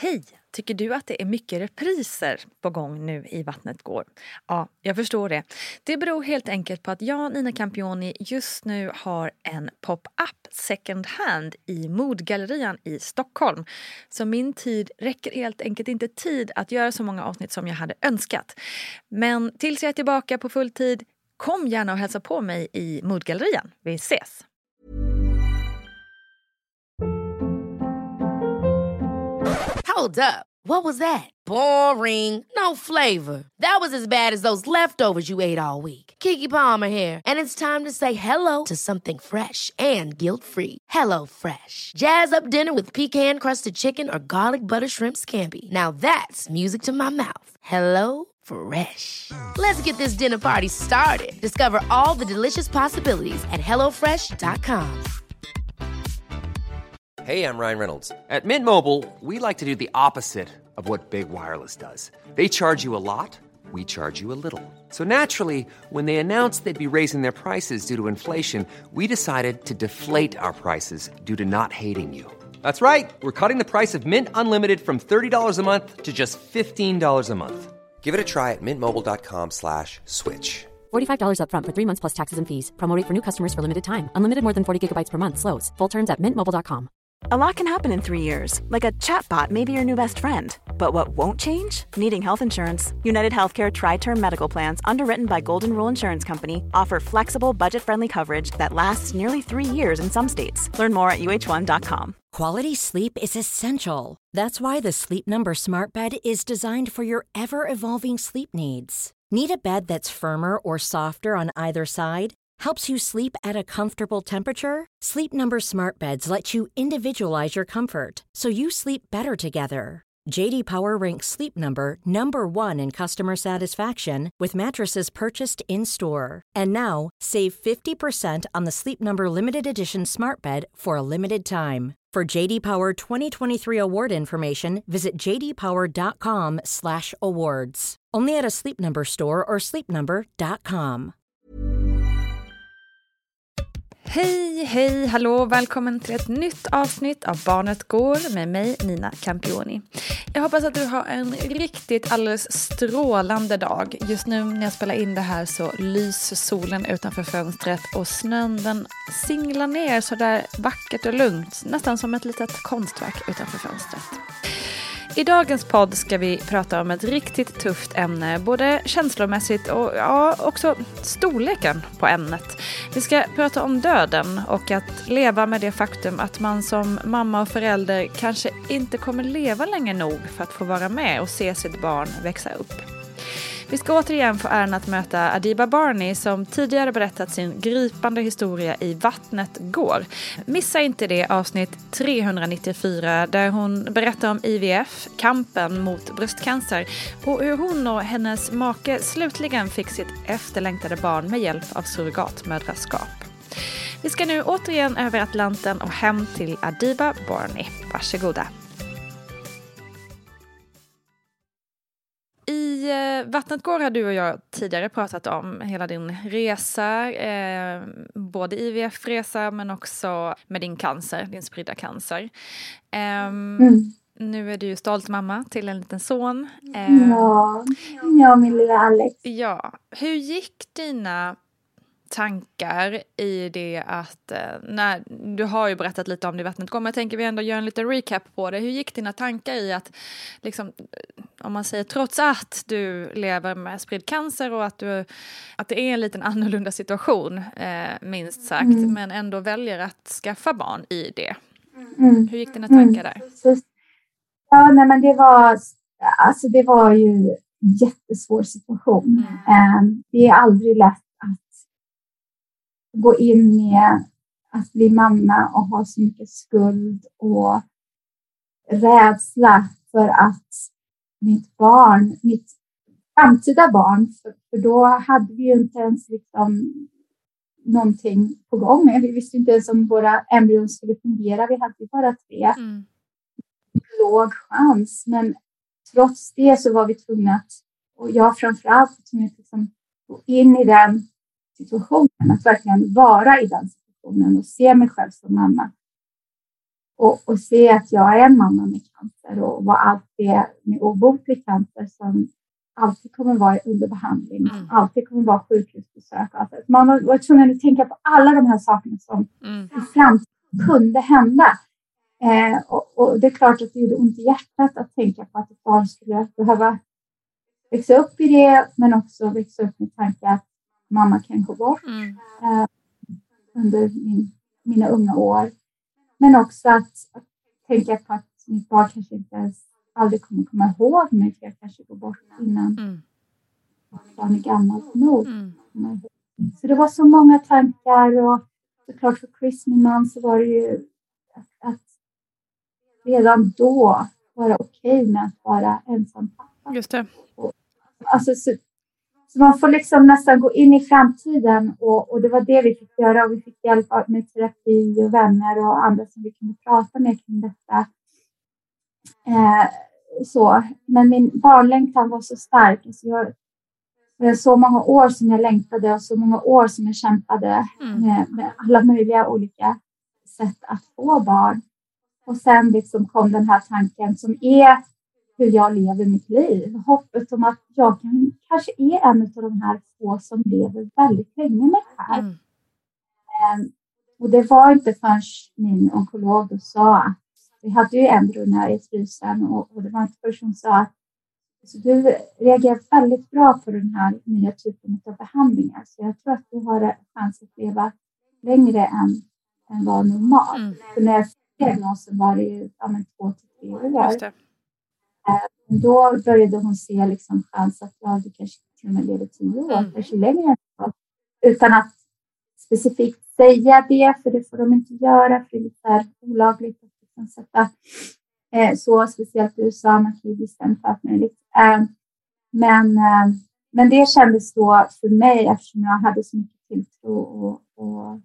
Hej! Tycker du att det är mycket repriser på gång nu i Vattnet går? Ja, jag förstår det. Det beror helt enkelt på att jag, Nina Campioni, just nu har en pop-up second hand i Modgallerian i Stockholm. Så min tid räcker helt enkelt inte tid att göra så många avsnitt som jag hade önskat. Men tills jag är tillbaka på full tid, kom gärna och hälsa på mig i Modgallerian. Vi ses! Hold up. What was that? Boring. No flavor. That was as bad as those leftovers you ate all week. Keke Palmer here, and it's time to say hello to something fresh and guilt-free. Hello Fresh. Jazz up dinner with pecan-crusted chicken or garlic butter shrimp scampi. Now that's music to my mouth. Hello Fresh. Let's get this dinner party started. Discover all the delicious possibilities at hellofresh.com. Hey, I'm Ryan Reynolds. At Mint Mobile, we like to do the opposite of what Big Wireless does. They charge you a lot, we charge you a little. So naturally, when they announced they'd be raising their prices due to inflation, we decided to deflate our prices due to not hating you. That's right. We're cutting the price of Mint Unlimited from $30 a month to just $15 a month. Give it a try at mintmobile.com/switch. $45 up front for 3 months plus taxes and fees. Promo rate for new customers for limited time. Unlimited more than 40 gigabytes per month. Slows full terms at mintmobile.com. A lot can happen in 3 years, like a chatbot may be your new best friend. But what won't change? Needing health insurance. United Healthcare Tri-Term Medical Plans, underwritten by Golden Rule Insurance Company, offer flexible, budget-friendly coverage that lasts nearly 3 years in some states. Learn more at uh1.com. Quality sleep is essential. That's why the Sleep Number Smart Bed is designed for your ever-evolving sleep needs. Need a bed that's firmer or softer on either side? Helps you sleep at a comfortable temperature? Sleep Number Smart Beds let you individualize your comfort, so you sleep better together. JD Power ranks Sleep Number #1 in customer satisfaction with mattresses purchased in-store. And now, save 50% on the Sleep Number Limited Edition Smart Bed for a limited time. For JD Power 2023 award information, visit jdpower.com/awards. Only at a Sleep Number store or sleepnumber.com. Hej, hej, hallå, välkommen till ett nytt avsnitt av Barnet går med mig, Nina Campioni. Jag hoppas att du har en riktigt alldeles strålande dag. Just nu när jag spelar in det här så lyser solen utanför fönstret och snön den singlar ner så där vackert och lugnt, nästan som ett litet konstverk utanför fönstret. I dagens podd ska vi prata om ett riktigt tufft ämne, både känslomässigt och också storleken på ämnet. Vi ska prata om döden och att leva med det faktum att man som mamma och förälder kanske inte kommer leva länge nog för att få vara med och se sitt barn växa upp. Vi ska återigen få äran att möta Adiba Barney som tidigare berättat sin gripande historia i Vattnet går. Missa inte det avsnitt 394 där hon berättar om IVF, kampen mot bröstcancer och hur hon och hennes make slutligen fick sitt efterlängtade barn med hjälp av surrogatmödraskap. Vi ska nu återigen över Atlanten och hem till Adiba Barney. Varsågoda. I Vattnet går har du och jag tidigare pratat om hela din resa, både IVF-resa men också med din cancer, din spridda cancer. Nu är du ju stolt mamma till en liten son. Ja, min lilla Alex. Ja, hur gick dina tankar i det att, när du har ju berättat lite om det i Vattnet går, men jag tänker vi ändå gör en liten recap på det. Hur gick dina tankar i att, liksom, om man säger trots att du lever med spridd cancer och att det är en liten annorlunda situation, minst sagt, men ändå väljer att skaffa barn i det. Hur gick dina tankar där? Ja, nej, men det var ju en jättesvår situation. Det är aldrig lätt gå in med att bli mamma och ha så mycket skuld och rädsla för att mitt framtida barn, för då hade vi ju inte ens liksom någonting på gång. Vi visste inte ens om våra embryon skulle fungera. Vi hade bara 3. Låg chans, men trots det så var vi tvungna att, och jag framförallt tvungen att liksom gå in i den situationen, att verkligen vara i den situationen och se mig själv som mamma. Och se att jag är en mamma med cancer och vad allt det med obotlig cancer som alltid kommer vara under behandling, alltid kommer vara sjukhusbesök. Alltså, man var tvungen att tänka på alla de här sakerna som i framtiden kunde hända. Och det är klart att det gjorde ont i hjärtat att tänka på att ett barn skulle behöva växa upp i det, men också växa upp med tanke att mamma kan gå bort under mina unga år. Men också att tänka på att mitt barn kanske inte ens aldrig kommer komma ihåg mig, för jag kanske går bort innan barn är gammalt nog. Så det var så många tankar, och såklart för Chris, min man, så var det ju att redan då vara okej med att vara ensam pappa. Just det. Alltså, så man får liksom nästan gå in i framtiden, och det var det vi fick göra, och vi fick hjälp med terapi och vänner och andra som vi kunde prata med kring detta. Men min barnlängtan var så stark. Alltså jag så många år som jag längtade och så många år som jag kämpade med alla möjliga olika sätt att få barn. Och sen liksom kom den här tanken som är hur jag lever mitt liv. Hoppet om att jag kanske är en av de här få som lever väldigt länge med det här. Och det var inte förrän min onkolog då sa att vi hade ju embryon här i frysen, och det var inte förrän hon sa att så du reagerar väldigt bra på den här nya typen av behandlingar. Så jag tror att du har chans att leva längre än vad normalt. För när jag fick diagnosen var det ju 2 till 3 år. Just det. Då började hon se liksom chans att du kanske till och med lever 10 år, kanske längre än så. Utan att specifikt säga det, för det får de inte göra, för det är lite olagligt att liksom sätta så, speciellt i USA, man kan ju bestämma för allt möjligt. Men det kändes då för mig, eftersom jag hade så mycket tilltro och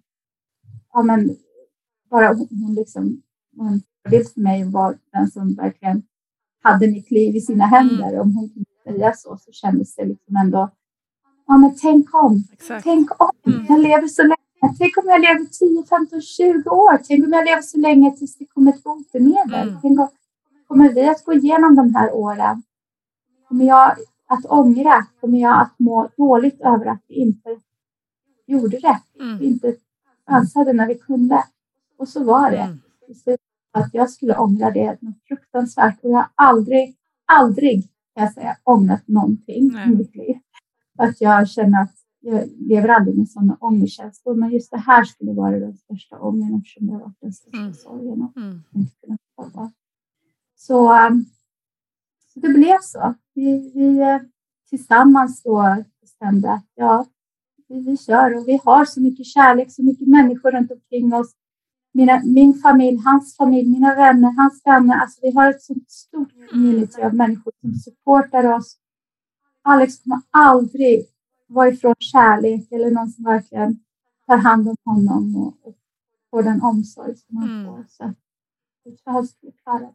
bara hon liksom hon förebild för mig var den som verkligen hade mitt liv i sina händer. Om hon kunde säga så kändes det liksom ändå, men tänk om. Exakt. Tänk om jag lever så länge. Tänk om jag lever 10, 15, 20 år. Tänk om jag lever så länge tills det kommer ett botemedel. Tänk om kommer vi att gå igenom de här åren? Kommer jag att ångra? Kommer jag att må dåligt över att vi inte gjorde det? Vi inte ansade när vi kunde. Och så var det. Att jag skulle ångra det något fruktansvärt. Och jag har aldrig kan jag säga, ångrat någonting i mitt liv. Att jag känner att jag lever aldrig med sådana ångerkänslor. Men just det här skulle vara den största ångern, eftersom det har varit den största sorgen. Och inte kunnat jobba. Så det blev så. Vi tillsammans då bestämde att vi kör. Och vi har så mycket kärlek, så mycket människor runt omkring oss. Min familj, hans familj, mina vänner, hans vänner. Alltså vi har ett så stort community av människor som supportar oss. Alex kommer aldrig vara ifrån kärlek eller någon som verkligen tar hand om honom och får den omsorg som han får. Så jag tror han skulle klara det.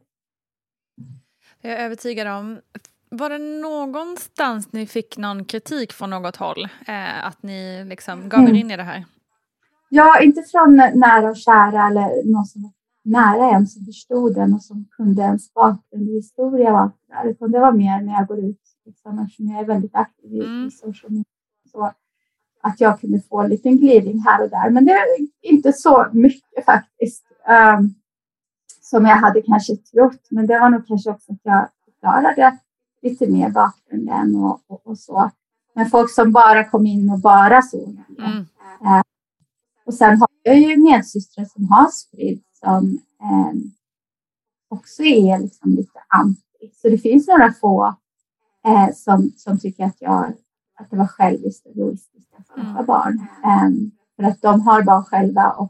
Jag är övertygad om. Var det någonstans ni fick någon kritik från något håll? Att ni liksom gav er in i det här? Ja, inte från nära och kära eller någon som var nära en som förstod den och som kunde ens bakgrund och historia och allt det där. Utan det var mer när jag går ut, liksom, eftersom jag är väldigt aktiv i social media. Så att jag kunde få en liten glidning här och där. Men det är inte så mycket faktiskt som jag hade kanske trott. Men det var nog kanske också att jag förklarade lite mer bakgrunden och så. Men folk som bara kom in och bara såg det. Och sen har jag ju medsystrar som har sprid som också är liksom lite anti. Så det finns några få som tycker att det var själviskt och egoistiskt att skaffa barn. För att de har barn själva och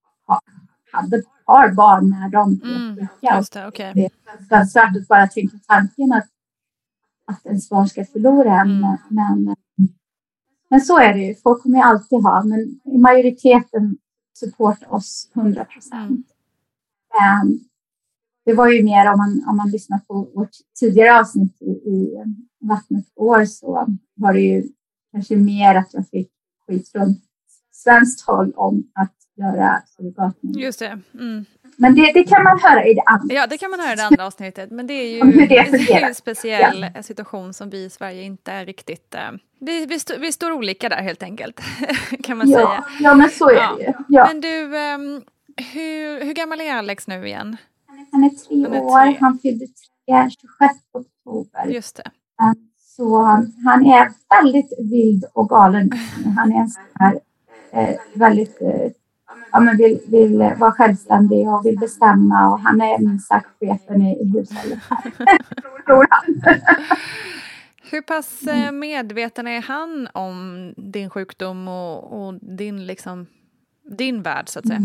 har barn när de är sjuka. Just det, okay. Det är ganska svårt att bara tänka tanken att ens barn ska förlora en. Men så är det ju. Folk kommer ju alltid ha. Men majoriteten supportar oss 100%. Det var ju mer om man lyssnar på vårt tidigare avsnitt i Vattnet går, så var det ju kanske mer att jag fick skit från svenskt håll om att göra surrogatmoderskap. Just det. Men det kan man höra i det andra. Ja, det kan man höra i det andra avsnittet. Men det är ju en speciell situation som vi i Sverige inte är riktigt... Vi står olika där helt enkelt, kan man säga. Ja, men så är det ju. Ja. Men du, hur gammal är Alex nu igen? Han är 3 år. Han fyllde 26 oktober. Just det. Så han är väldigt vild och galen. Han är en sån här väldigt... vill vara självständig och vill bestämma. Och han är minst sagt chefen i hushållet. Tror han. Hur pass medveten är han om din sjukdom och din värld, så att säga?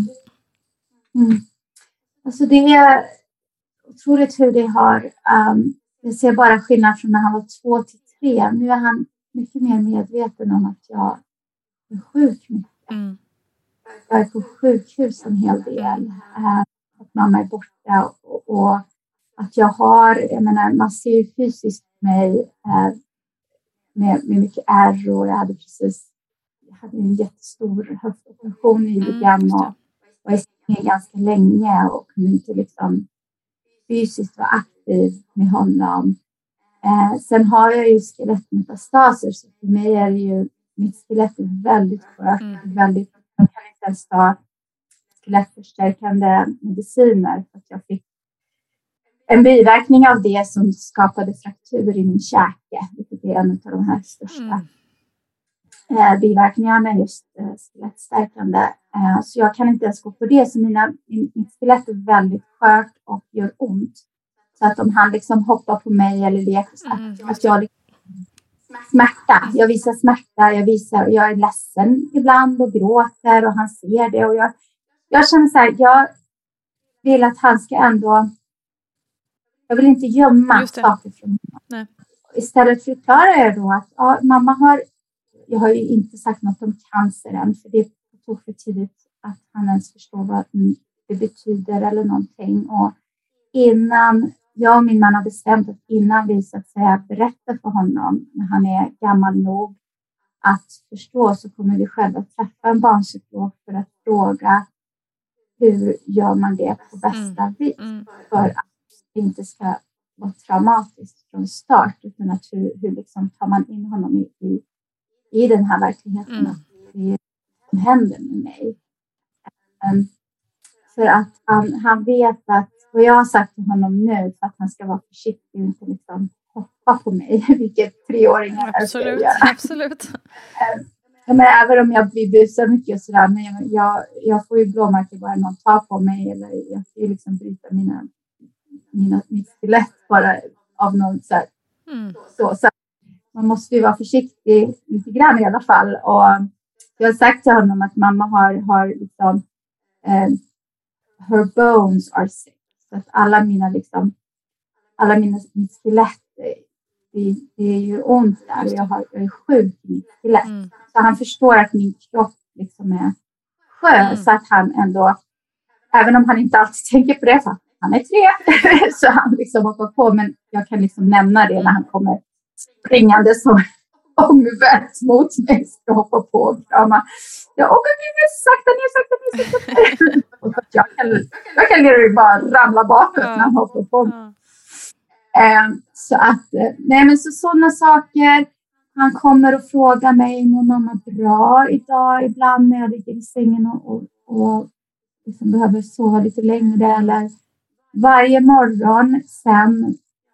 Alltså det är otroligt hur det har... jag ser bara skillnad från när han var 2 till 3. Nu är han mycket mer medveten om att jag är sjuk mycket. Jag är på sjukhus en hel del. Att mamma är borta och att jag har, jag menar, man ser ju fysiskt mig med mycket ärr, och jag hade en jättestor höftoperation nyligen och var i sängen ganska länge och kunde inte liksom fysiskt vara aktiv med honom. Sen har jag ju skelettmetastaser, så för mig är det ju, mitt skelett är väldigt skört, jag kan inte ens ta skelettförstärkande mediciner för att jag fick en biverkning av det som skapade fraktur i min käke, vilket är en av de här största biverkningarna med just skelettstärkande. Så jag kan inte ens gå på det, så mitt skelett är väldigt skört och gör ont. Så att om han liksom hoppar på mig eller leker, att jag liksom smärta. Jag visar smärta. Jag är ledsen ibland och gråter och han ser det. Och jag känner så här, jag vill att han ska ändå... Jag vill inte gömma saker från honom. Nej. Istället förklarar jag då att mamma har... Jag har ju inte sagt något om cancer än, för det tog för tidigt att han ens förstår vad det betyder eller någonting. Och innan... Jag och min man har bestämt att innan vi så att säga berättar för honom när han är gammal nog att förstå, så kommer vi själva träffa en barnpsykolog för att fråga hur gör man det på bästa vis för att det inte ska vara traumatiskt från start, utan att hur liksom tar man in honom i den här verkligheten, att det är som händer med mig. För att han vet att vad jag har sagt till honom nu, för att han ska vara försiktig och inte liksom hoppa på mig, vilket 3-åringar absolut, absolut. Men även om jag blir busad mycket och sådär, men jag får ju blåmärken bara någon tar på mig, eller jag får ju liksom bryta mitt skelett bara av någon så här. Så man måste ju vara försiktig lite grann i alla fall. Och jag har sagt till honom att mamma har liksom her bones are sick. Så att alla mina mitt skelett, det är ju ont där. Jag är sjuk i mitt skelett. Så han förstår att min kropp liksom är skön. Så att han ändå, även om han inte alltid tänker på det, för han är 3. Så han liksom hoppar på. Men jag kan liksom nämna det när han kommer springande som ångvält mot mig. Ska hoppa på och krama. Sakta ner. Jag kan bara ramla bakåt när han hoppar på mig. Så att, så sådana saker. Han kommer och frågar mig, mår mamma bra idag? Ibland när jag ligger i sängen och liksom behöver sova lite längre. Eller varje morgon sen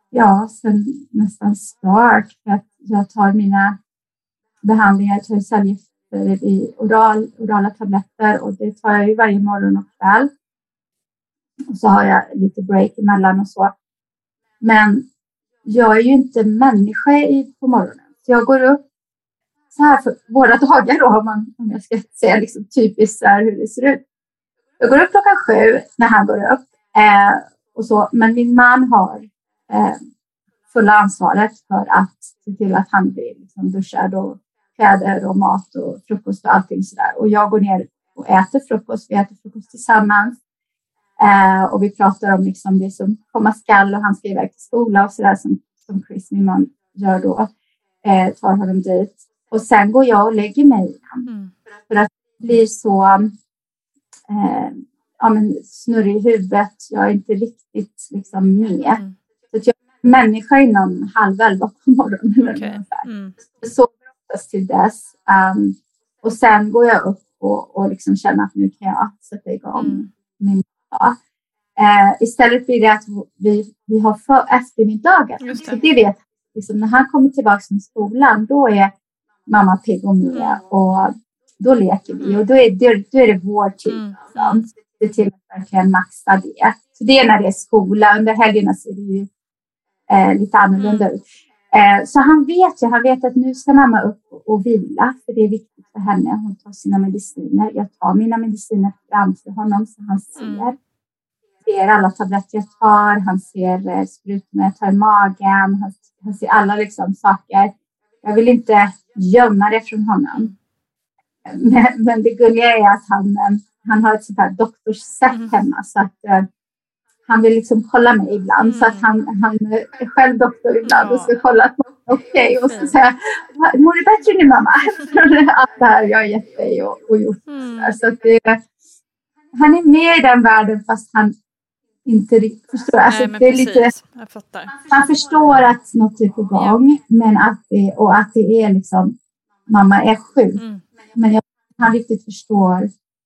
nästan start. För att jag tar mina behandlingar, jag tar cellgifter i orala tabletter. Och det tar jag ju varje morgon och kväll. Och så har jag lite break emellan och så. Men jag är ju inte människa på morgonen. Så jag går upp så här för våra dagar då, om jag ska säga liksom typiskt så här hur det ser ut. Jag går upp 7:00 när han går upp. Och så. Men min man har fulla ansvaret för att se till att han blir liksom duschad och kläder och mat och frukost och allting sådär. Och jag går ner och äter frukost. Vi äter frukost tillsammans. Och vi pratar om liksom det som komma skall, och han ska iväg till skola och sådär som Chris, min man, gör då. Tar honom dit. Och sen går jag och lägger mig igen. För att det blir så snurrig i huvudet. Jag är inte riktigt liksom med. Så att jag är människa innan 10:30 på morgonen. Okay. Jag sover oftast till dess. Och sen går jag upp och liksom känner att nu kan jag sätta igång min dag. Istället blir det att vi har eftermiddagar. Så det vet liksom, när han kommer tillbaka från skolan, då är mamma pigg och med och då leker vi. Och då är det vår tid. Det är till att verkligen maxa det. Så det är när det är skola. Under helgerna ser det ju lite annorlunda ut. Så han vet att nu ska mamma upp och vila. För det är viktigt för henne. Hon tar sina mediciner. Jag tar mina mediciner framför honom så han ser alla tabletter jag tar. Han ser sprutorna jag tar i magen. Han ser alla liksom saker. Jag vill inte gömma det från honom. Men det gulliga är att han har ett sånt här doktorssätt hemma. Så att han vill liksom kolla mig ibland. Så att han är själv doktor ibland och ska kolla att man är okej. Och så säger jag, mår du bättre nu mamma? Allt det här jag har gett dig och gjort. Så att han är med i den världen fast han inte riktigt förstår. Alltså, det är lite, jag fattar. Han förstår att något är på gång. Men att det är liksom, mamma är sjuk. Men han riktigt förstår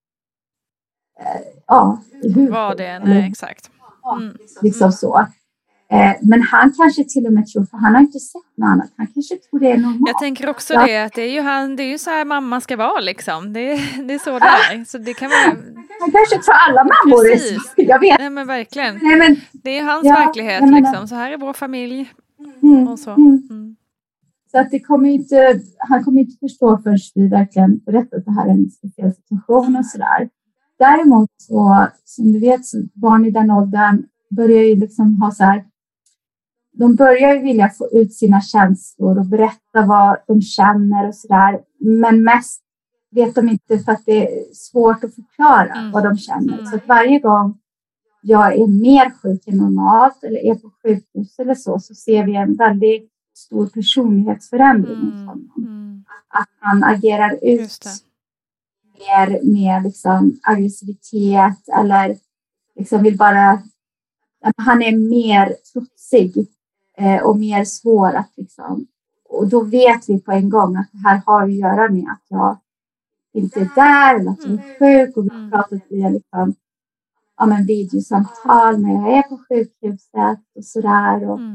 hur vad det är. Nej, exakt. Liksom så. Men han kanske till och med tror, för han har inte sett något annat. Han kanske tror det är normalt. Jag tänker också det, att det är ju så här mamma ska vara liksom. Det är så det är. Så det kan vara... Han kanske tror alla mammor är så. Jag vet. Nej men verkligen. Nej, men, det är hans verklighet liksom. Så här är vår familj. Och så. Så att han kommer inte förstå förrän vi verkligen berättar att det här är en speciell situation och sådär. Däremot så, som du vet, så barn i den åldern börjar ju liksom ha så här, de börjar ju vilja få ut sina känslor och berätta vad de känner och sådär. Men mest vet de inte för att det är svårt att förklara vad de känner. Så att varje gång jag är mer sjuk än normalt eller är på sjukhus eller så ser vi en väldigt stor personlighetsförändring hos honom. Att han agerar ut mer liksom aggressivitet eller liksom vill bara, han är mer trotsig och mer svår att liksom, och då vet vi på en gång att det här har att göra med att jag inte är där eller att jag är sjuk och vi har pratat via liksom, videosamtal när jag är på sjukhuset och sådär och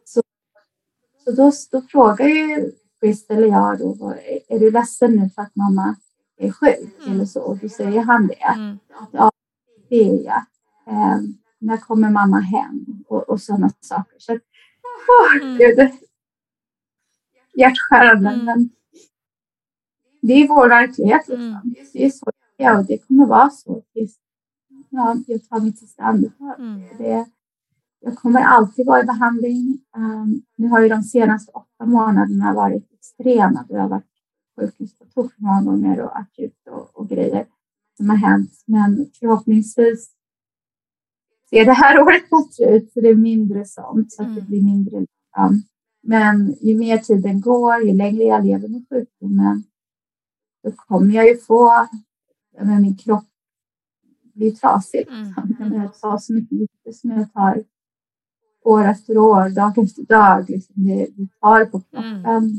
så då frågar ju Chris eller jag då, är du ledsen nu för att mamma är sjuk eller så, och då säger han det. Ja, det är jag. När kommer mamma hem och sådana saker. Så gud, hjärtskärande, men det är vår verklighet liksom. Det är så, och det kommer vara så tills jag tar mitt sista andetag. Jag kommer alltid vara i behandling. Nu har ju de senaste 8 månaderna varit extrema. Det har varit sjukhus på tok för många gånger och akut och grejer som har hänt. Men förhoppningsvis ser det här året bättre ut. Så det är mindre sånt. Så att det blir mindre. Men ju mer tiden går, ju längre jag lever med sjukdomen, då kommer jag ju få, min kropp blir trasig. Jag tar så mycket gifter som jag tar år efter år, dag efter dag. Liksom. Det tar på kroppen.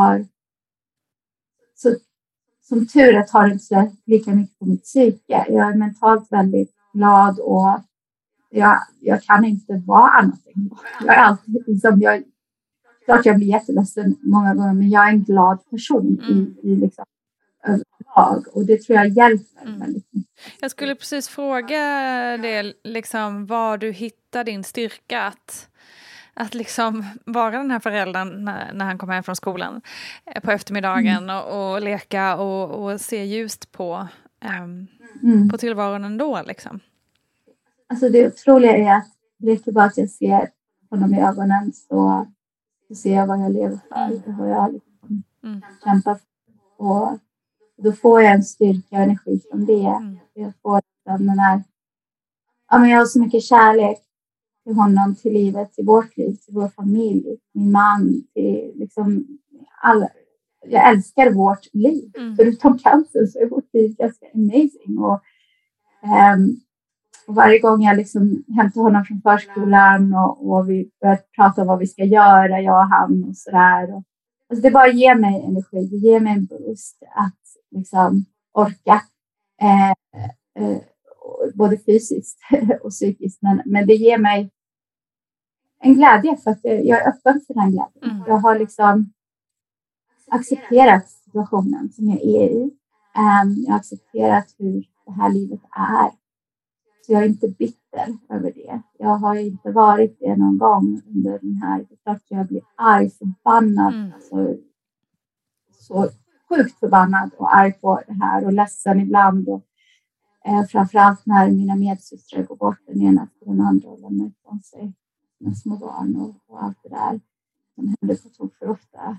Så som tur är tar det inte lika mycket på mitt psyke. Jag är mentalt väldigt glad och jag kan inte vara annat. Jag är alltid liksom, klart jag blir jätteledsen många gånger, men jag är en glad person i liksom överlag, och det tror jag hjälper väldigt mycket. Jag skulle precis fråga det, liksom, var du hittar din styrka att liksom vara den här föräldern när han kommer hem från skolan på eftermiddagen och leka och se ljust på tillvaron ändå liksom. Alltså det otroliga är att det räcker bara att jag ser honom i ögonen så ser jag vad jag lever för. Det har jag liksom kämpat för. Och då får jag en styrka och energi från det. Jag får den här, jag har så mycket kärlek till honom, till livet, till vårt liv, till vår familj, min man, till liksom alla. Jag älskar vårt liv. Förutom cancer så är vårt liv ganska amazing. Och Och varje gång jag liksom hämtar honom från förskolan och vi börjar prata om vad vi ska göra, jag och han och sådär. Alltså det bara ger mig energi, det ger mig en boost att liksom orka. Både fysiskt och psykiskt. Men det ger mig en glädje för att jag är öppen för den glädjen. Jag har liksom accepterat situationen som jag är i. Jag har accepterat hur det här livet är. Så jag är inte bitter över det. Jag har inte varit det någon gång under den här. Det är klart jag blir arg, förbannad. Alltså, så sjukt förbannad och arg på det här. Och ledsen ibland. Och, framförallt när mina medsystrar går bort den ena efter den andra. Och lämnar ifrån sig med små barn och allt det där. Som händer på tok för ofta.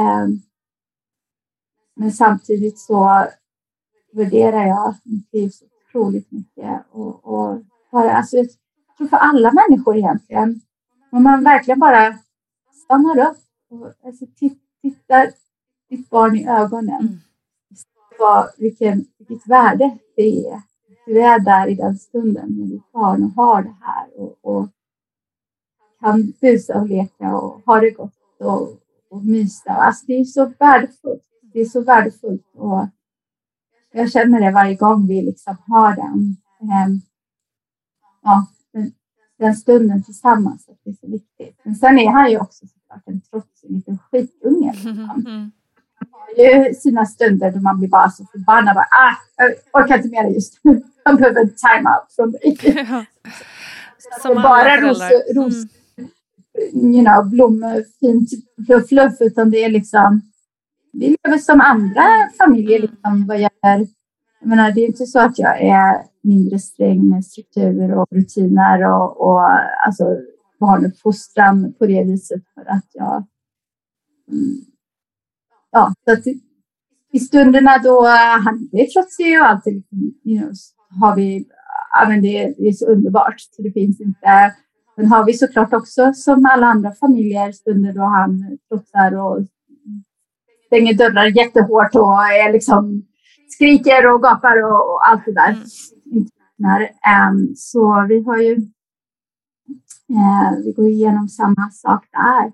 Men samtidigt så värderar jag mitt liv så otroligt mycket. Och bara, alltså, jag tror för alla människor egentligen. Om man verkligen bara stannar upp och alltså, tittar ditt barn i ögonen. Vilket värde det är. Du är där i den stunden med ditt barn och har det här. Och kan busa och leka och ha det gott och mysa. Alltså, det är så värdefullt. Det är så värdefullt. Och jag känner det varje gång vi liksom har den stunden tillsammans. Att det är så viktigt. Men sen är han ju också såklart en trotsig liten skitunge. Han har ju sina stunder då man blir bara så förbannad. Jag orkar inte mer just nu. Jag behöver en time-out från dig. Som bara ros blommor, fint fluff. Utan det är liksom vi lever som andra familjer liksom, vad gäller. Jag menar, det är inte så att jag är mindre sträng med strukturer och rutiner och alltså barnuppfostran på det viset för att jag så att i stunderna då han är trotsig och alltid har vi det är så underbart så det finns inte. Men har vi såklart också som alla andra familjer stunder då han trotsar och stänger dörrar jättehårt och är liksom skriker och gapar och allt det där. Så vi har ju vi går igenom samma sak där.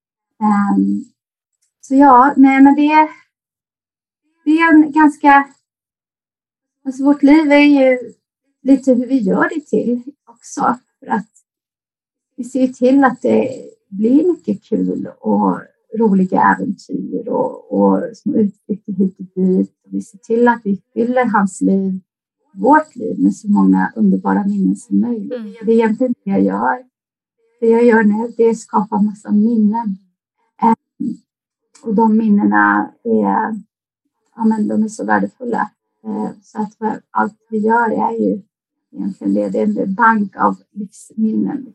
Så ja, nej men det är en ganska alltså vårt liv är ju lite hur vi gör det till också. För att vi ser till att det blir mycket kul och roliga äventyr och små utflykter hit och dit. Vi ser till att vi fyller hans liv, vårt liv med så många underbara minnen som möjligt. Det är egentligen det jag gör. Det jag gör nu, det är att skapa massa minnen. Och de minnena de är så värdefulla. Så att allt vi gör är ju egentligen det är en bank av livsminnen.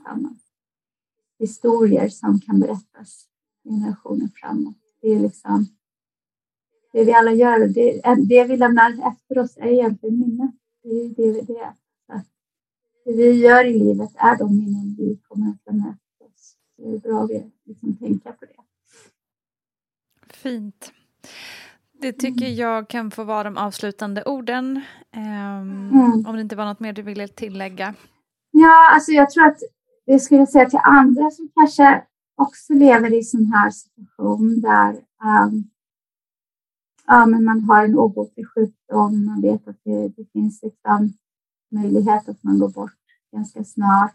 Historier som kan berättas generationer framåt. Det är liksom det vi alla gör. Det vi lämnar efter oss är egentligen minnen. Det är det. Så att det vi gör i livet är de minnen vi kommer att lämna efter oss. Så det är bra att liksom tänka på det. Fint. Det tycker jag kan få vara de avslutande orden. Om det inte var något mer du ville tillägga. Ja, alltså jag tror att det skulle jag säga till andra som kanske också lever i sån här situation där men man har en obotlig sjukdom. Man vet att det finns liksom möjlighet att man går bort ganska snart.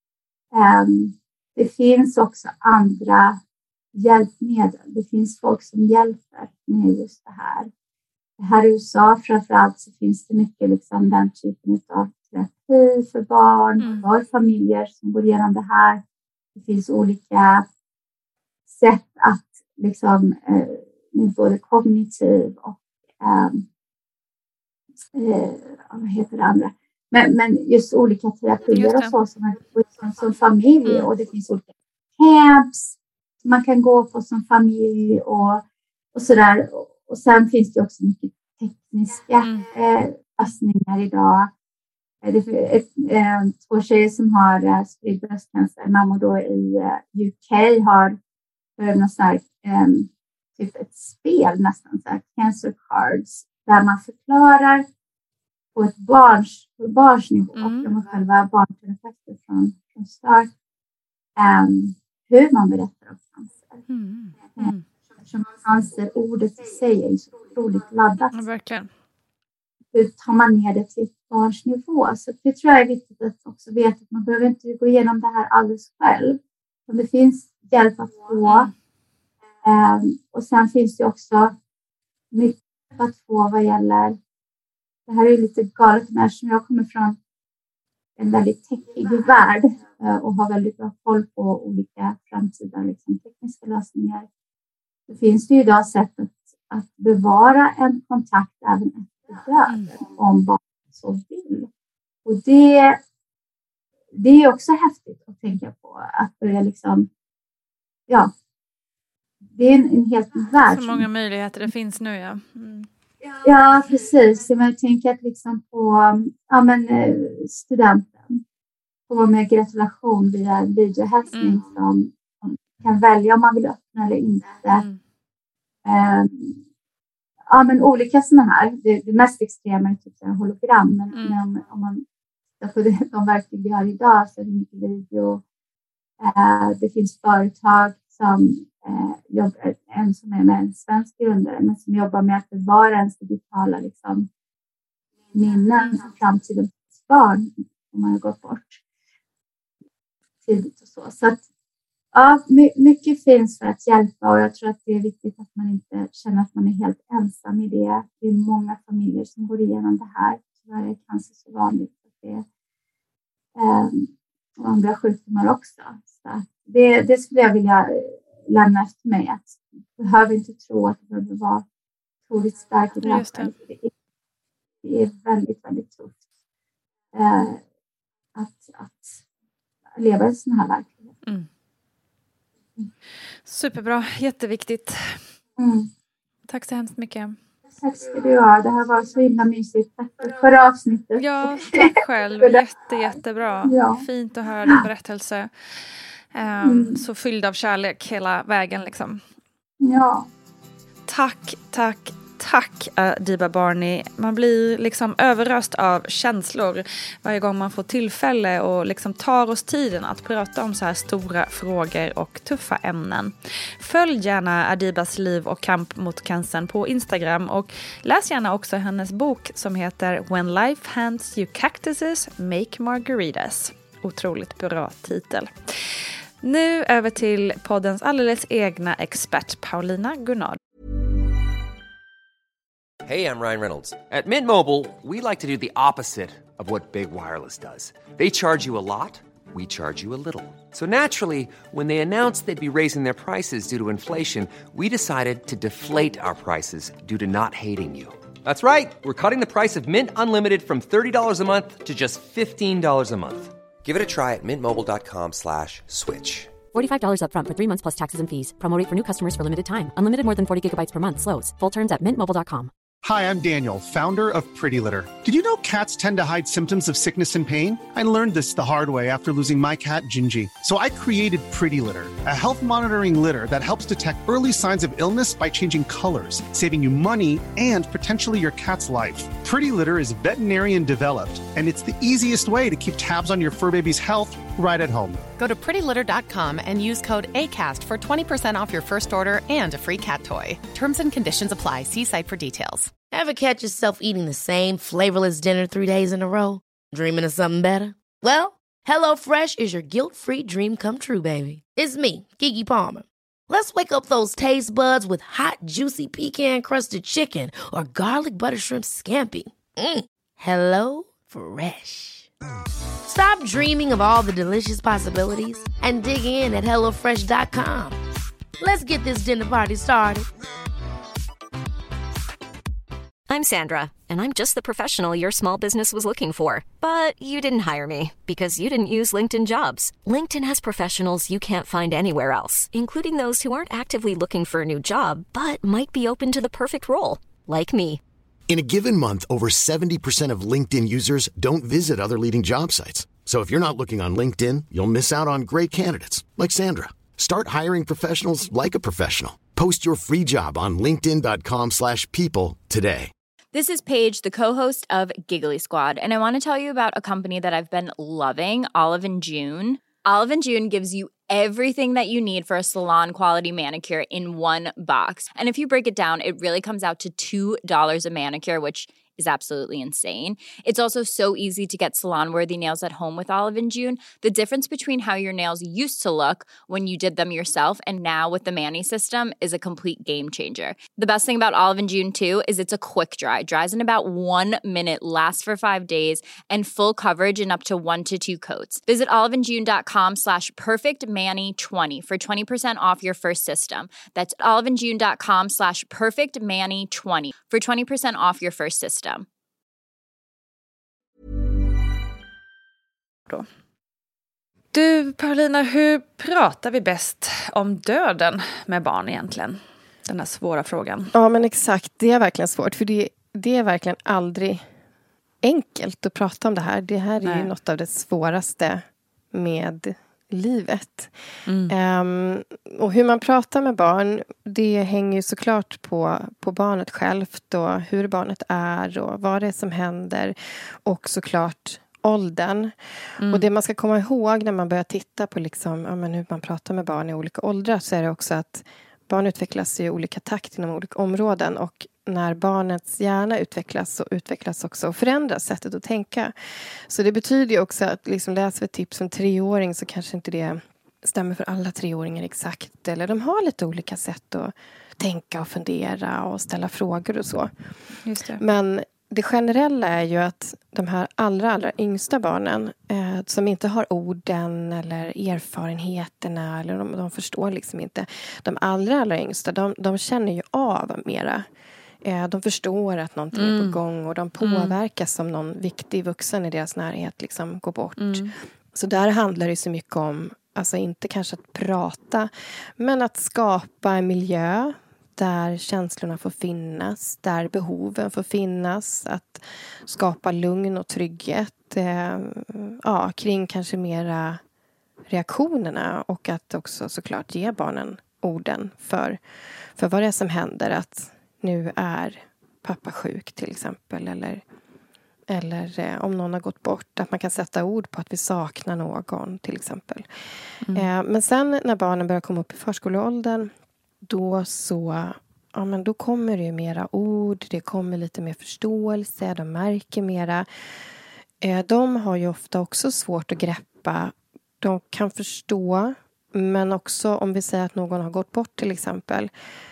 Det finns också andra hjälpmedel. Det finns folk som hjälper med just det här. Här i USA framförallt så finns det mycket liksom den typen av terapi för barn, för familjer som går igenom det här. Det finns olika sätt att liksom både kognitiv och vad heter det andra? Men just olika terapier och så som familj och det finns olika camps man kan gå på som familj och sådär. Och sen finns det också mycket tekniska passningar idag. Det är 2 tjejer som har spridd bröstcancer. Mammor då i UK har något så här, typ ett spel nästan så här, cancer cards där man förklarar på ett barns nivå, de är själva barnterapeuter från start, hur man berättar om cancer. Som cancer, ordet i sig är så otroligt laddat. Ja, verkligen. Hur tar man ner det till ett barns nivå? Så det tror jag är viktigt att också veta att man behöver inte gå igenom det här alldeles själv. Så det finns hjälp att få. Och sen finns det också mycket att få vad gäller, det här är lite galet men eftersom jag kommer från en väldigt techig värld och har väldigt bra koll på olika framtida liksom, tekniska lösningar. Det finns det ju idag sätt att bevara en kontakt även efter döden om barnet så vill. Och det är också häftigt att tänka på. Att börja liksom, ja, det är en helt ny värld. Så många möjligheter det finns nu, ja. Ja, precis. Jag tänker att liksom på studenten får med gratulation via videohälsning som kan välja om man vill öppna eller inte. Men olika sådana här. Det mest extrema är typ hologram. Men om man tittar på de verktyg vi har idag så är det mycket video. Det finns företag som jobbar, en som är med en svensk grundare, men som jobbar med att bevara ens digitala liksom, minnen för framtidens barn om man har gått bort tidigt och så. Så att, ja, mycket finns för att hjälpa och jag tror att det är viktigt att man inte känner att man är helt ensam i det. Det är många familjer som går igenom det här. Tyvärr är cancer så vanligt att det är och andra sjukdomar också. Så det skulle jag vilja lämna efter mig. Att du behöver inte tro att du behöver vara otroligt stark i det här. Det är väldigt, väldigt tufft att leva i sån här verklighet. Superbra, jätteviktigt. Tack så hemskt mycket. Tack ska du ha. Det här var så himla mysigt. Tack för förra avsnittet. Ja, tack själv. Jättebra. Ja. Fint att höra din berättelse. Så fylld av kärlek hela vägen liksom. Ja. Tack Adiba Barney. Man blir liksom överröst av känslor varje gång man får tillfälle och liksom tar oss tiden att prata om så här stora frågor och tuffa ämnen. Följ gärna Adibas liv och kamp mot cancern på Instagram och läs gärna också hennes bok som heter When Life Hands You Cactuses, Make Margaritas. Otroligt bra titel. Nu över till poddens alldeles egna expert Paulina Gunnard. Hey, I'm Ryan Reynolds. At Mint Mobile, we like to do the opposite of what Big Wireless does. They charge you a lot, we charge you a little. So naturally, when they announced they'd be raising their prices due to inflation, we decided to deflate our prices due to not hating you. That's right. We're cutting the price of Mint Unlimited from $30 a month to just $15 a month. Give it a try at mintmobile.com/switch. $45 up front for 3 months plus taxes and fees. Promo rate for new customers for limited time. Unlimited more than 40 gigabytes per month. Slows full terms at mintmobile.com. Hi, I'm Daniel, founder of Pretty Litter. Did you know cats tend to hide symptoms of sickness and pain? I learned this the hard way after losing my cat, Gingy. So I created Pretty Litter, a health monitoring litter that helps detect early signs of illness by changing colors, saving you money and potentially your cat's life. Pretty Litter is veterinarian developed, and it's the easiest way to keep tabs on your fur baby's health right at home. Go to prettylitter.com and use code ACAST for 20% off your first order and a free cat toy. Terms and conditions apply. See site for details. Ever catch yourself eating the same flavorless dinner 3 days in a row? Dreaming of something better? Well, HelloFresh is your guilt-free dream come true, baby. It's me, Keke Palmer. Let's wake up those taste buds with hot, juicy pecan-crusted chicken or garlic butter shrimp scampi. Hello Fresh. Stop dreaming of all the delicious possibilities and dig in at HelloFresh.com. Let's get this dinner party started. I'm Sandra, and I'm just the professional your small business was looking for. But you didn't hire me because you didn't use LinkedIn Jobs. LinkedIn has professionals you can't find anywhere else, including those who aren't actively looking for a new job, but might be open to the perfect role, like me. In a given month, over 70% of LinkedIn users don't visit other leading job sites. So if you're not looking on LinkedIn, you'll miss out on great candidates like Sandra. Start hiring professionals like a professional. Post your free job on linkedin.com/people today. This is Paige, the co-host of Giggly Squad, and I want to tell you about a company that I've been loving, Olive & June. Olive & June gives you everything that you need for a salon-quality manicure in one box. And if you break it down, it really comes out to $2 a manicure, which is absolutely insane. It's also so easy to get salon-worthy nails at home with Olive & June. The difference between how your nails used to look when you did them yourself and now with the Mani system is a complete game changer. The best thing about Olive & June, too, is it's a quick dry. Dries in about 1 minute, lasts for 5 days, and full coverage in up to 1 to 2 coats. Visit oliveandjune.com/perfectmani20 for 20% off your first system. That's oliveandjune.com/perfectmani20 for 20% off your first system. Du, Paulina, hur pratar vi bäst om döden med barn egentligen? Den här svåra frågan. Ja, men exakt. Det är verkligen svårt. För det är verkligen aldrig enkelt att prata om det här. Det här är ju något av det svåraste med livet. Och hur man pratar med barn, det hänger ju såklart på barnet självt och hur barnet är och vad det är som händer och såklart åldern. Och det man ska komma ihåg när man börjar titta på liksom, hur man pratar med barn i olika åldrar, så är det också att barn utvecklas i olika takt inom olika områden, och när barnets hjärna utvecklas så utvecklas också och förändras sättet att tänka. Så det betyder ju också att liksom läser vi tips som 3-åring så kanske inte det stämmer för alla 3-åringar exakt. Eller de har lite olika sätt att tänka och fundera och ställa frågor och så. Just det. Men det generella är ju att de här allra yngsta barnen som inte har orden eller erfarenheterna, eller de förstår liksom inte. De allra yngsta, de känner ju av mera. De förstår att någonting är på gång och de påverkas som någon viktig vuxen i deras närhet liksom går bort. Så där handlar det så mycket om, alltså inte kanske att prata, men att skapa en miljö där känslorna får finnas, där behoven får finnas, att skapa lugn och trygghet kring kanske mera reaktionerna, och att också såklart ge barnen orden för vad det är som händer, att nu är pappa sjuk till exempel, eller om någon har gått bort, att man kan sätta ord på att vi saknar någon till exempel. Men sen när barnen börjar komma upp i förskoleåldern, då kommer det ju mera ord, det kommer lite mer förståelse, de märker mera. De har ju ofta också svårt att greppa, de kan förstå, men också om vi säger att någon har gått bort till exempel,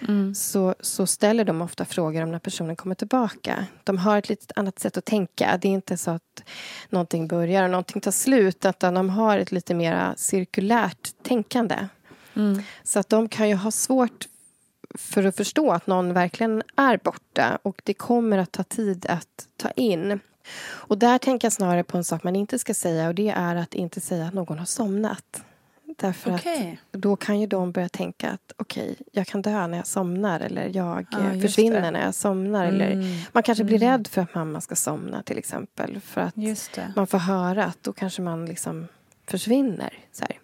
så ställer de ofta frågor om när personen kommer tillbaka. De har ett lite annat sätt att tänka. Det är inte så att någonting börjar och någonting tar slut, utan de har ett lite mer cirkulärt tänkande. Så att de kan ju ha svårt för att förstå att någon verkligen är borta, och det kommer att ta tid att ta in. Och där tänker jag snarare på en sak man inte ska säga, och det är att inte säga att någon har somnat. Därför att då kan ju de börja tänka att jag kan dö när jag somnar, eller jag försvinner när jag somnar. Eller man kanske blir rädd för att mamma ska somna till exempel, för att man får höra att då kanske man liksom försvinner. Så här.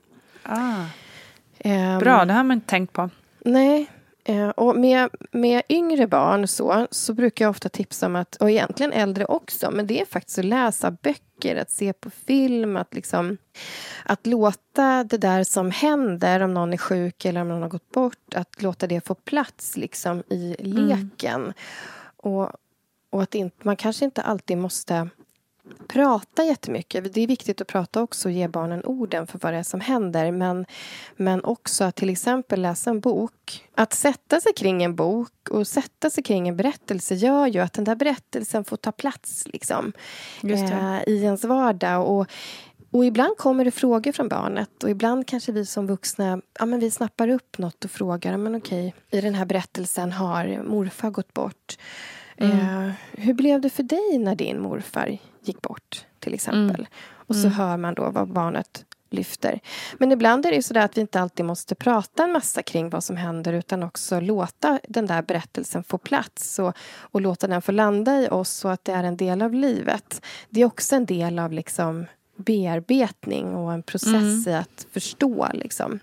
Bra, det har man inte tänkt på. Nej. Och med yngre barn så brukar jag ofta tipsa om att, och egentligen äldre också, men det är faktiskt att läsa böcker, att se på film, att låta det där som händer, om någon är sjuk eller om någon har gått bort, att låta det få plats liksom i leken. Och att man kanske inte alltid måste prata jättemycket. Det är viktigt att prata också och ge barnen orden för vad det är som händer. Men också att till exempel läsa en bok. Att sätta sig kring en bok och sätta sig kring en berättelse gör ju att den där berättelsen får ta plats liksom, i ens vardag. Och ibland kommer det frågor från barnet. Och ibland kanske vi som vuxna, vi snappar upp något och frågar, men okej, i den här berättelsen har morfar gått bort. Hur blev det för dig när din morfar gick bort till exempel? Och så hör man då vad barnet lyfter. Men ibland är det ju sådär att vi inte alltid måste prata en massa kring vad som händer, utan också låta den där berättelsen få plats och låta den få landa i oss, så att det är en del av livet. Det är också en del av liksom bearbetning och en process i att förstå liksom.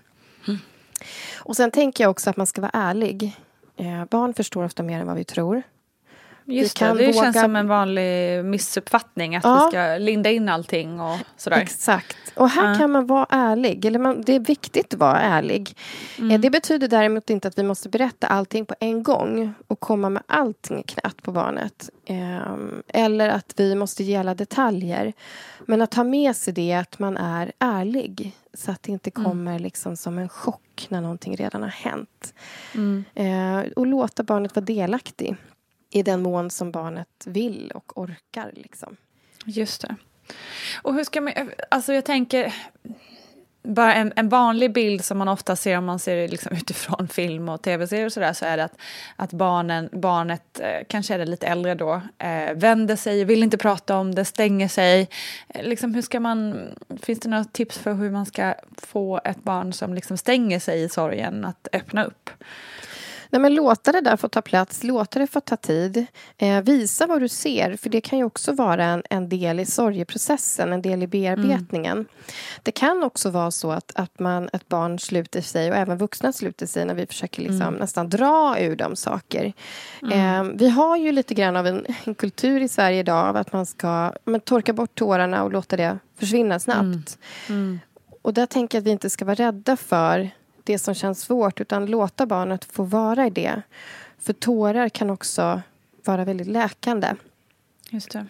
Och sen tänker jag också att man ska vara ärlig. Barn förstår ofta mer än vad vi tror. Just det, det känns som en vanlig missuppfattning att vi ska linda in allting och sådär. Exakt. Och här kan man vara ärlig. Eller det är viktigt att vara ärlig. Det betyder däremot inte att vi måste berätta allting på en gång och komma med allting knät på barnet. Eller att vi måste ge alla detaljer. Men att ha med sig det att man är ärlig. Så att det inte kommer liksom som en chock när någonting redan har hänt. Och låta barnet vara delaktig i den mån som barnet vill och orkar. Liksom. Just det. Och hur ska man... Alltså jag tänker... Bara en vanlig bild som man ofta ser om man ser det liksom utifrån film och tv-serier och sådär, så är det att barnet kanske är det lite äldre då, vänder sig, vill inte prata om det, stänger sig. Liksom, hur ska man... Finns det några tips för hur man ska få ett barn som liksom stänger sig i sorgen att öppna upp? Nej, men låta det där få ta plats, låta det få ta tid. Visa vad du ser, för det kan ju också vara en del i sorgeprocessen, en del i bearbetningen. Det kan också vara så att ett barn sluter sig, och även vuxna sluter sig när vi försöker liksom nästan dra ur dem saker. Vi har ju lite grann av en kultur i Sverige idag av att man ska torka bort tårarna och låta det försvinna snabbt. Och där tänker jag att vi inte ska vara rädda för det som känns svårt, utan låta barnet få vara i det. För tårar kan också vara väldigt läkande. Just det.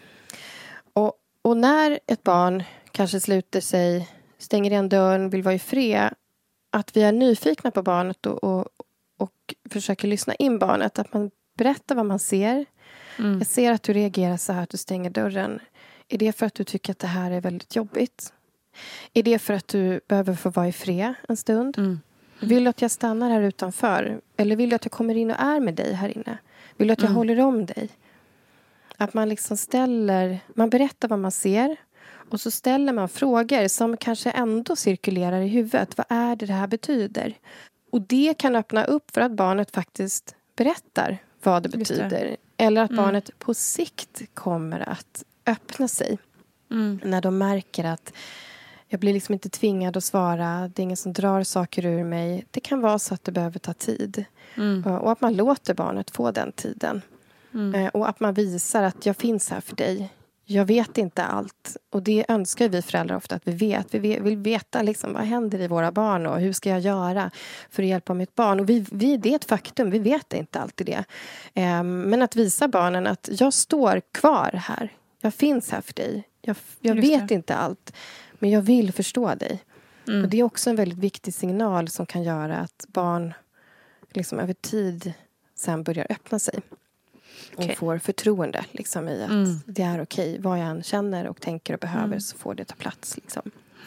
Och när ett barn kanske sluter sig, stänger igen dörren, vill vara i fred, att vi är nyfikna på barnet och försöker lyssna in barnet. Att man berättar vad man ser. Jag ser att du reagerar så här, att du stänger dörren. Är det för att du tycker att det här är väldigt jobbigt? Är det för att du behöver få vara i fred en stund? Vill du att jag stannar här utanför? Eller vill du att jag kommer in och är med dig här inne? Vill du att jag håller om dig? Att man liksom man berättar vad man ser. Och så ställer man frågor som kanske ändå cirkulerar i huvudet. Vad är det här betyder? Och det kan öppna upp för att barnet faktiskt berättar vad det betyder. Eller att barnet på sikt kommer att öppna sig. När de märker att jag blir liksom inte tvingad att svara. Det är ingen som drar saker ur mig. Det kan vara så att det behöver ta tid. Och att man låter barnet få den tiden. Och att man visar att jag finns här för dig. Jag vet inte allt. Och det önskar vi föräldrar ofta att vi vet. Vi vill veta liksom, vad händer i våra barn. Och hur ska jag göra för att hjälpa mitt barn. Och det är ett faktum. Vi vet inte alltid det. Men att visa barnen att jag står kvar här. Jag finns här för dig. Jag vet inte allt. Men jag vill förstå dig. Och det är också en väldigt viktig signal som kan göra att barn liksom över tid sen börjar öppna sig. Och får förtroende liksom, i att det är okej. Vad jag än känner och tänker och behöver så får det ta plats. Liksom.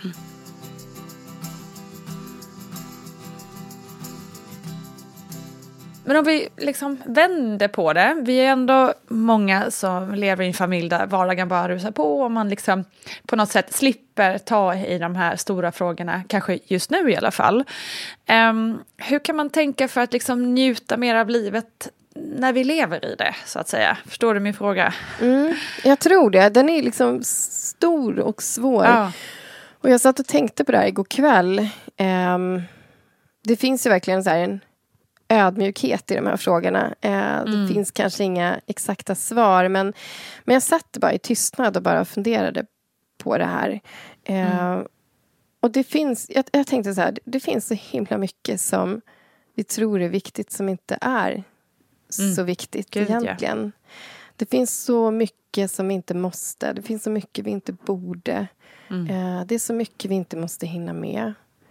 Men om vi liksom vänder på det. Vi är ändå många som lever i en familj där vardagen bara rusar på. Och man liksom på något sätt slipper ta i de här stora frågorna. Kanske just nu i alla fall. Hur kan man tänka för att liksom njuta mer av livet när vi lever i det, så att säga? Förstår du min fråga? Jag tror det. Den är liksom stor och svår. Ja. Och jag satt och tänkte på det här igår kväll. Det finns ju verkligen så här en ödmjukhet i de här frågorna. Det finns kanske inga exakta svar, men jag satt bara i tystnad och bara funderade på det här. Och det finns, jag tänkte så här, det finns så himla mycket som vi tror är viktigt som inte är så viktigt egentligen. Ja. Det finns så mycket som vi inte måste. Det finns så mycket vi inte borde. Det är så mycket vi inte måste hinna med.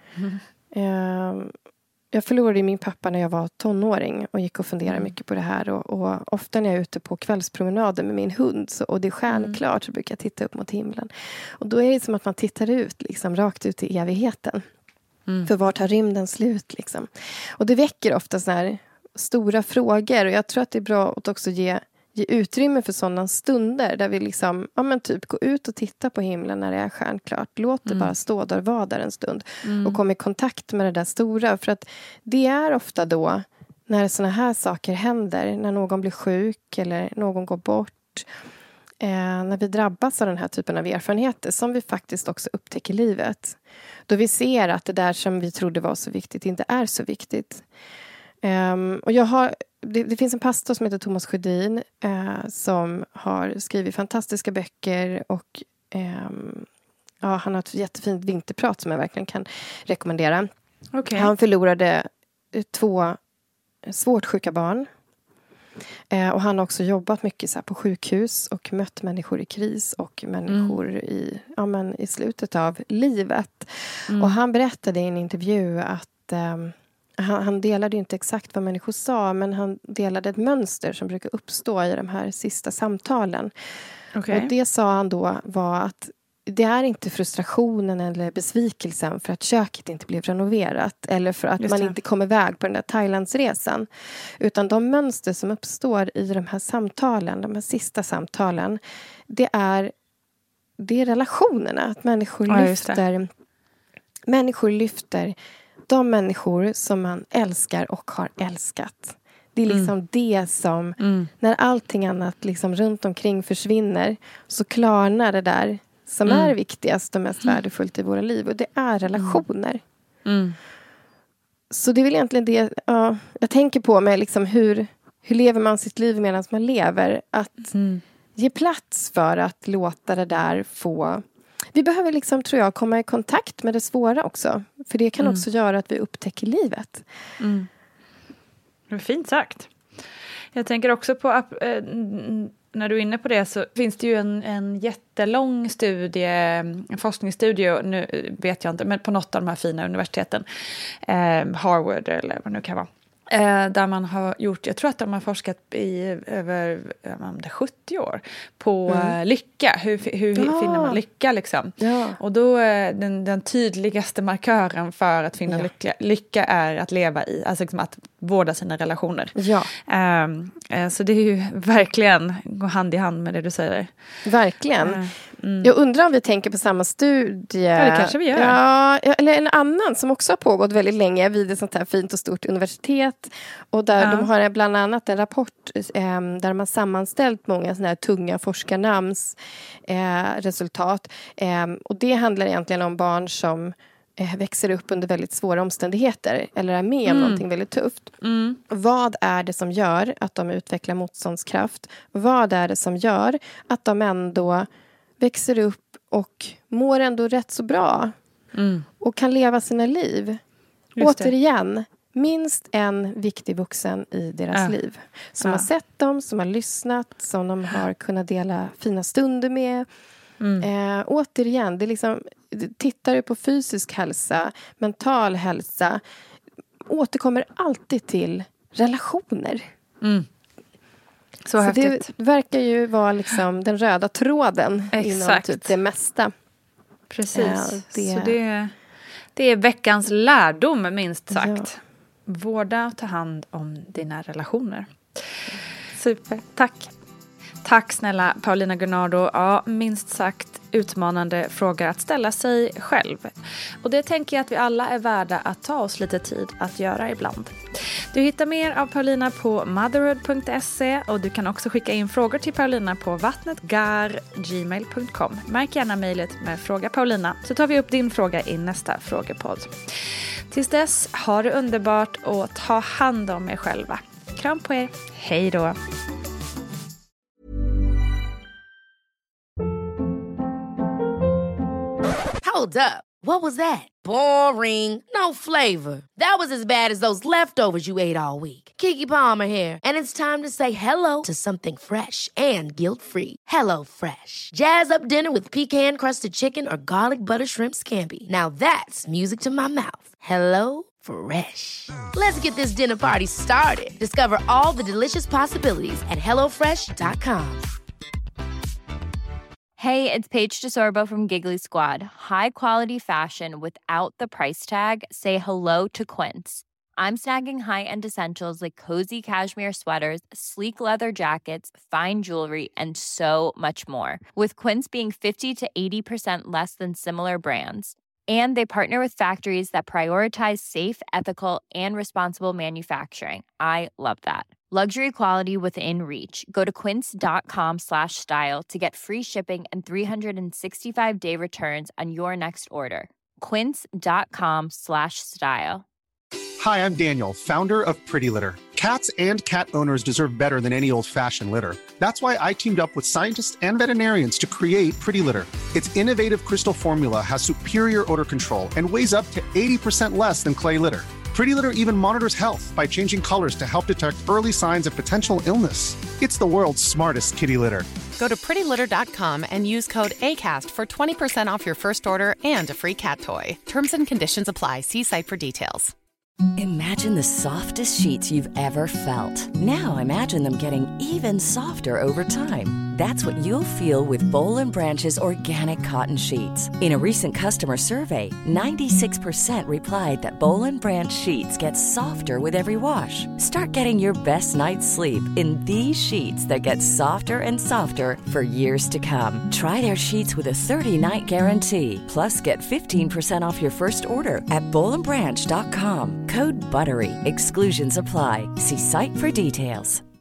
Jag förlorade min pappa när jag var tonåring och gick och funderade mycket på det här. Och ofta när jag är ute på kvällspromenader med min hund och det är stjärnklart så brukar jag titta upp mot himlen. Och då är det som att man tittar ut liksom, rakt ut i evigheten. För var tar rymden slut liksom? Och det väcker ofta såna här stora frågor. Och jag tror att det är bra att också ge utrymme för sådana stunder där vi liksom, typ gå ut och titta på himlen när det är stjärnklart. Låt det bara stå där, vara där en stund. Och komma i kontakt med det där stora. För att det är ofta då när såna här saker händer, när någon blir sjuk eller någon går bort. När vi drabbas av den här typen av erfarenheter som vi faktiskt också upptäcker i livet. Då vi ser att det där som vi trodde var så viktigt inte är så viktigt. Och det finns en pastor som heter Thomas Sjödin som har skrivit fantastiska böcker och han har ett jättefint vinterprat som jag verkligen kan rekommendera. Okay. Han förlorade 2 svårt sjuka barn. Och han har också jobbat mycket så här på sjukhus och mött människor i kris och människor i slutet av livet. Och han berättade i en intervju att han delade ju inte exakt vad människor sa, men han delade ett mönster som brukar uppstå i de här sista samtalen. Okay. Och det sa han då var att det är inte frustrationen eller besvikelsen för att köket inte blev renoverat eller för att man inte kom iväg på den där Thailandsresan. Utan de mönster som uppstår i de här samtalen, de här sista samtalen, det är relationerna. Att människor lyfter de människor som man älskar och har älskat. Det är liksom det som, när allting annat liksom runt omkring försvinner, så klarnar det där som är viktigast och mest värdefullt i våra liv. Och det är relationer. Så det är väl egentligen det jag tänker på med liksom hur lever man sitt liv medan man lever. Att ge plats för att låta det där få... Vi behöver liksom, tror jag, komma i kontakt med det svåra också. För det kan också göra att vi upptäcker livet. Det är fint sagt. Jag tänker också på... när du är inne på det så finns det ju en jättelång studie, en forskningsstudie, nu vet jag inte, men på något av de här fina universiteten, Harvard eller vad det nu kan vara, där man har gjort, jag tror att de har forskat i över 70 år på lycka, hur finner man lycka liksom. Och då den tydligaste markören för att finna lycka är att leva i, alltså liksom att vårda sina relationer. Så det är ju verkligen går hand i hand med det du säger. Verkligen. Jag undrar om vi tänker på samma studie. Ja, det kanske vi gör. Ja, eller en annan som också har pågått väldigt länge vid ett sånt här fint och stort universitet. Och där de har bland annat en rapport där man sammanställt många såna här tunga forskarnamns resultat. Och det handlar egentligen om barn som växer upp under väldigt svåra omständigheter eller är med om någonting väldigt tufft. Vad är det som gör att de utvecklar motståndskraft? Vad är det som gör att de ändå växer upp och mår ändå rätt så bra och kan leva sina liv? Återigen, minst en viktig vuxen i deras liv. Som har sett dem, som har lyssnat, som de har kunnat dela fina stunder med. Återigen, det är liksom, tittar du på fysisk hälsa, mental hälsa, återkommer alltid till relationer. Så häftigt. Det verkar ju vara liksom den röda tråden inom typ det mesta. Precis. Så det är veckans lärdom, minst sagt. Vårda och ta hand om dina relationer. Super, tack. Tack snälla Paulina Gunnardo. Ja, minst sagt utmanande frågor att ställa sig själv. Och det tänker jag att vi alla är värda att ta oss lite tid att göra ibland. Du hittar mer av Paulina på motherhood.se och du kan också skicka in frågor till Paulina på vattnetgar@gmail.com. Märk gärna mejlet med Fråga Paulina så tar vi upp din fråga i nästa frågepodd. Tills dess, ha det underbart och ta hand om er själva. Kram på er. Hej då! Hold up. What was that? Boring. No flavor. That was as bad as those leftovers you ate all week. Keke Palmer here. And it's time to say hello to something fresh and guilt-free. Hello Fresh. Jazz up dinner with pecan-crusted chicken or garlic butter shrimp scampi. Now that's music to my mouth. Hello Fresh. Let's get this dinner party started. Discover all the delicious possibilities at hellofresh.com. Hey, it's Paige DeSorbo from Giggly Squad. High quality fashion without the price tag. Say hello to Quince. I'm snagging high-end essentials like cozy cashmere sweaters, sleek leather jackets, fine jewelry, and so much more. With Quince being 50 to 80% less than similar brands. And they partner with factories that prioritize safe, ethical, and responsible manufacturing. I love that. Luxury quality within reach. Go to quince.com/style to get free shipping and 365-day returns on your next order. Quince.com/style. Hi, I'm Daniel, founder of Pretty Litter. Cats and cat owners deserve better than any old-fashioned litter. That's why I teamed up with scientists and veterinarians to create Pretty Litter. Its innovative crystal formula has superior odor control and weighs up to 80% less than clay litter. Pretty Litter even monitors health by changing colors to help detect early signs of potential illness. It's the world's smartest kitty litter. Go to prettylitter.com and use code ACAST for 20% off your first order and a free cat toy. Terms and conditions apply. See site for details. Imagine the softest sheets you've ever felt. Now imagine them getting even softer over time. That's what you'll feel with Boll & Branch's organic cotton sheets. In a recent customer survey, 96% replied that Boll & Branch sheets get softer with every wash. Start getting your best night's sleep in these sheets that get softer and softer for years to come. Try their sheets with a 30-night guarantee. Plus, get 15% off your first order at bollandbranch.com. Code BUTTERY. Exclusions apply. See site for details.